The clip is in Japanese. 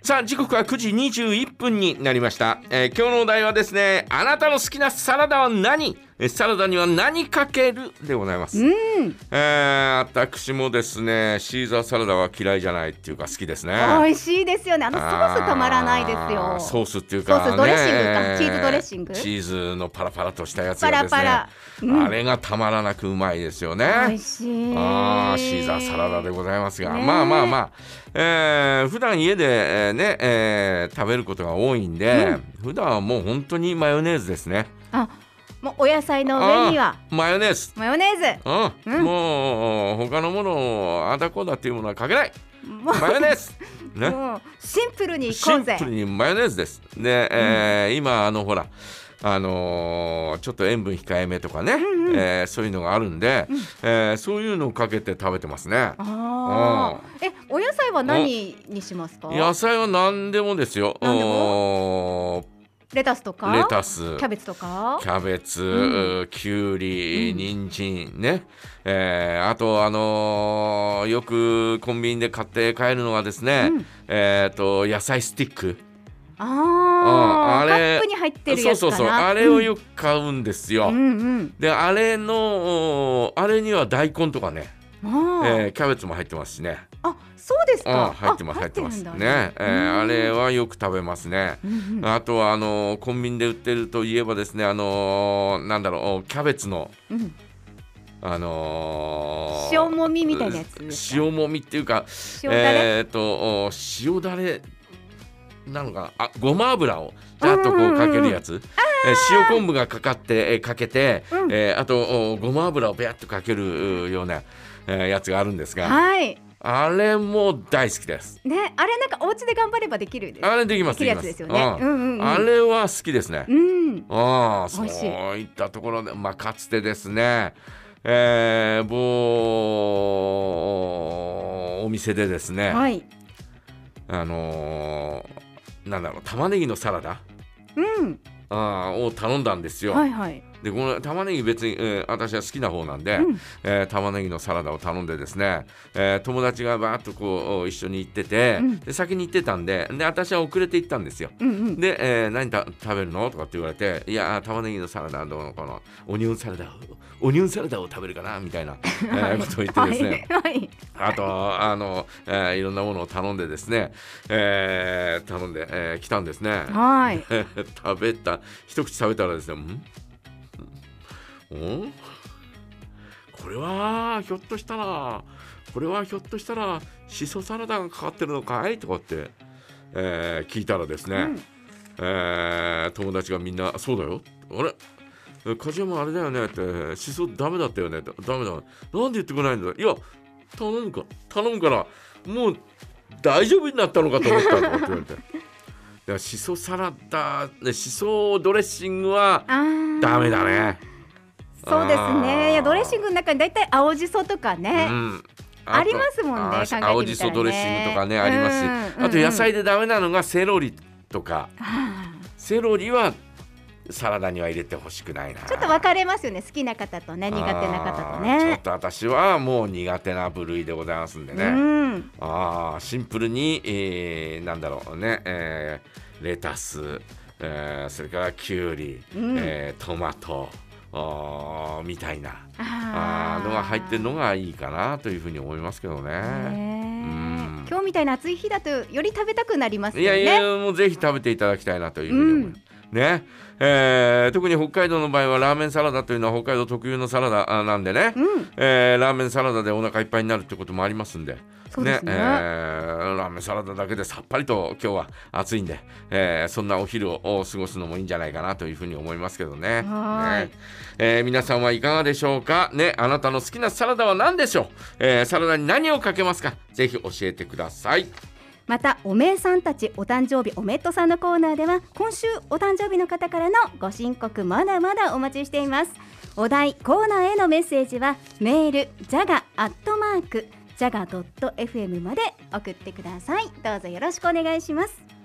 さあ時刻は9時21分になりました。今日のお題はですね、あなたの好きなサラダは何？サラダには何かけるでございます。私もですね、シーザーサラダは嫌いじゃないっていうか好きですね。 美味しいですよね。ソースたまらないですよ。 ソースっていうか、 ソースドレッシングか、チーズドレッシング、 チーズのパラパラとしたやつがですね、 パラパラ、 あれがたまらなくうまいですよね。 美味しい。 シーザーサラダでございますが、まあ、普段家で、食べることが多いんで、普段はもう本当にマヨネーズですね。 もうお野菜の上にはマヨネーズ、もう他のものをあだこだっていうものはかけない。マヨネーズ、ね、 もうシンプルにいこうぜ。 シンプルにマヨネーズです。で、今ほらちょっと塩分控えめとかね、そういうのがあるんで、そういうのをかけて食べてますね。 お野菜は何にしますか？ 野菜は何でもですよ。 レタスとか、 レタス、 キャベツとか、 キャベツ、きゅうり、人参ね、あとよくコンビニで買って帰るのがですね、野菜スティック、 あれカップに入ってるやつかな。 そうあれをよく買うんですよ。であれには大根とかね、キャベツも入ってますしね。 そうですか。 入ってますね。あれはよく食べますね。あとはコンビニで売ってるといえばですね、なんだろう、キャベツの、 塩もみみたいなやつ。 塩もみっていうか、塩だれなのか、ごま油をざっとこうかけるやつ、塩昆布がかけて、あとごま油をベアッとかけるような、やつがあるんですが、あれも大好きですね。あれなんかお家で頑張ればできるです。 あれできます。 やつですよね。 あれは好きですね。そういいったところで、かつてですね、某お店でですね、なんだろう、玉ねぎのサラダ、を頼んだんですよ。でこの玉ねぎ別に、私は好きな方なんで、玉ねぎのサラダを頼んでですね、友達がバーッとこう一緒に行ってて、で先に行ってたんで、私は遅れて行ったんですよ。で、何食べるのとかって言われて、いや玉ねぎのサラダどうのかな、オニオンサラダを食べるかなみたいな、ことを言ってですね、あといろんなものを頼んでですね、頼んで、来たんですね。一口食べたらですね、これはひょっとしたらシソサラダがかかってるのかいとかって、聞いたらですね、友達がみんなそうだよ、あれ梶山あれだよねって、シソダメだったよねって、ダメだ、なんで言ってくれないんだ、いや頼むからもう大丈夫になったのかと思ったとかって言われて、だからシソサラダ、シソドレッシングはダメだね。 そうですね。いやドレッシングの中にだいたい青じそとかね、ありますもんね。 青じそドレッシングとかね、ありますし、あと野菜でダメなのがセロリとか、セロリはサラダには入れてほしくないな。 ちょっと分かれますよね、好きな方とね、苦手な方とね。 ちょっと私はもう苦手な部類でございますんでね、シンプルに、なんだろうね、レタス、それからきゅうり、トマトみたいなのが入ってるのがいいかなというふうに思いますけどね。 今日みたいな暑い日だとより食べたくなりますよね。 いやもうぜひ食べていただきたいなというふうに思いますね。特に北海道の場合はラーメンサラダというのは北海道特有のサラダなんでね、ラーメンサラダでお腹いっぱいになるってこともありますんで、ラーメンサラダだけでさっぱりと今日は暑いんで、そんなお昼を過ごすのもいいんじゃないかなというふうに思いますけどね。皆さんはいかがでしょうかね。あなたの好きなサラダは何でしょう。サラダに何をかけますか、ぜひ教えてください。 またおめえさんたちお誕生日おめっとさんのコーナーでは、今週お誕生日の方からのご申告まだまだお待ちしています。お題コーナーへのメッセージはメールjaga@jaga.fm まで送ってください。どうぞよろしくお願いします。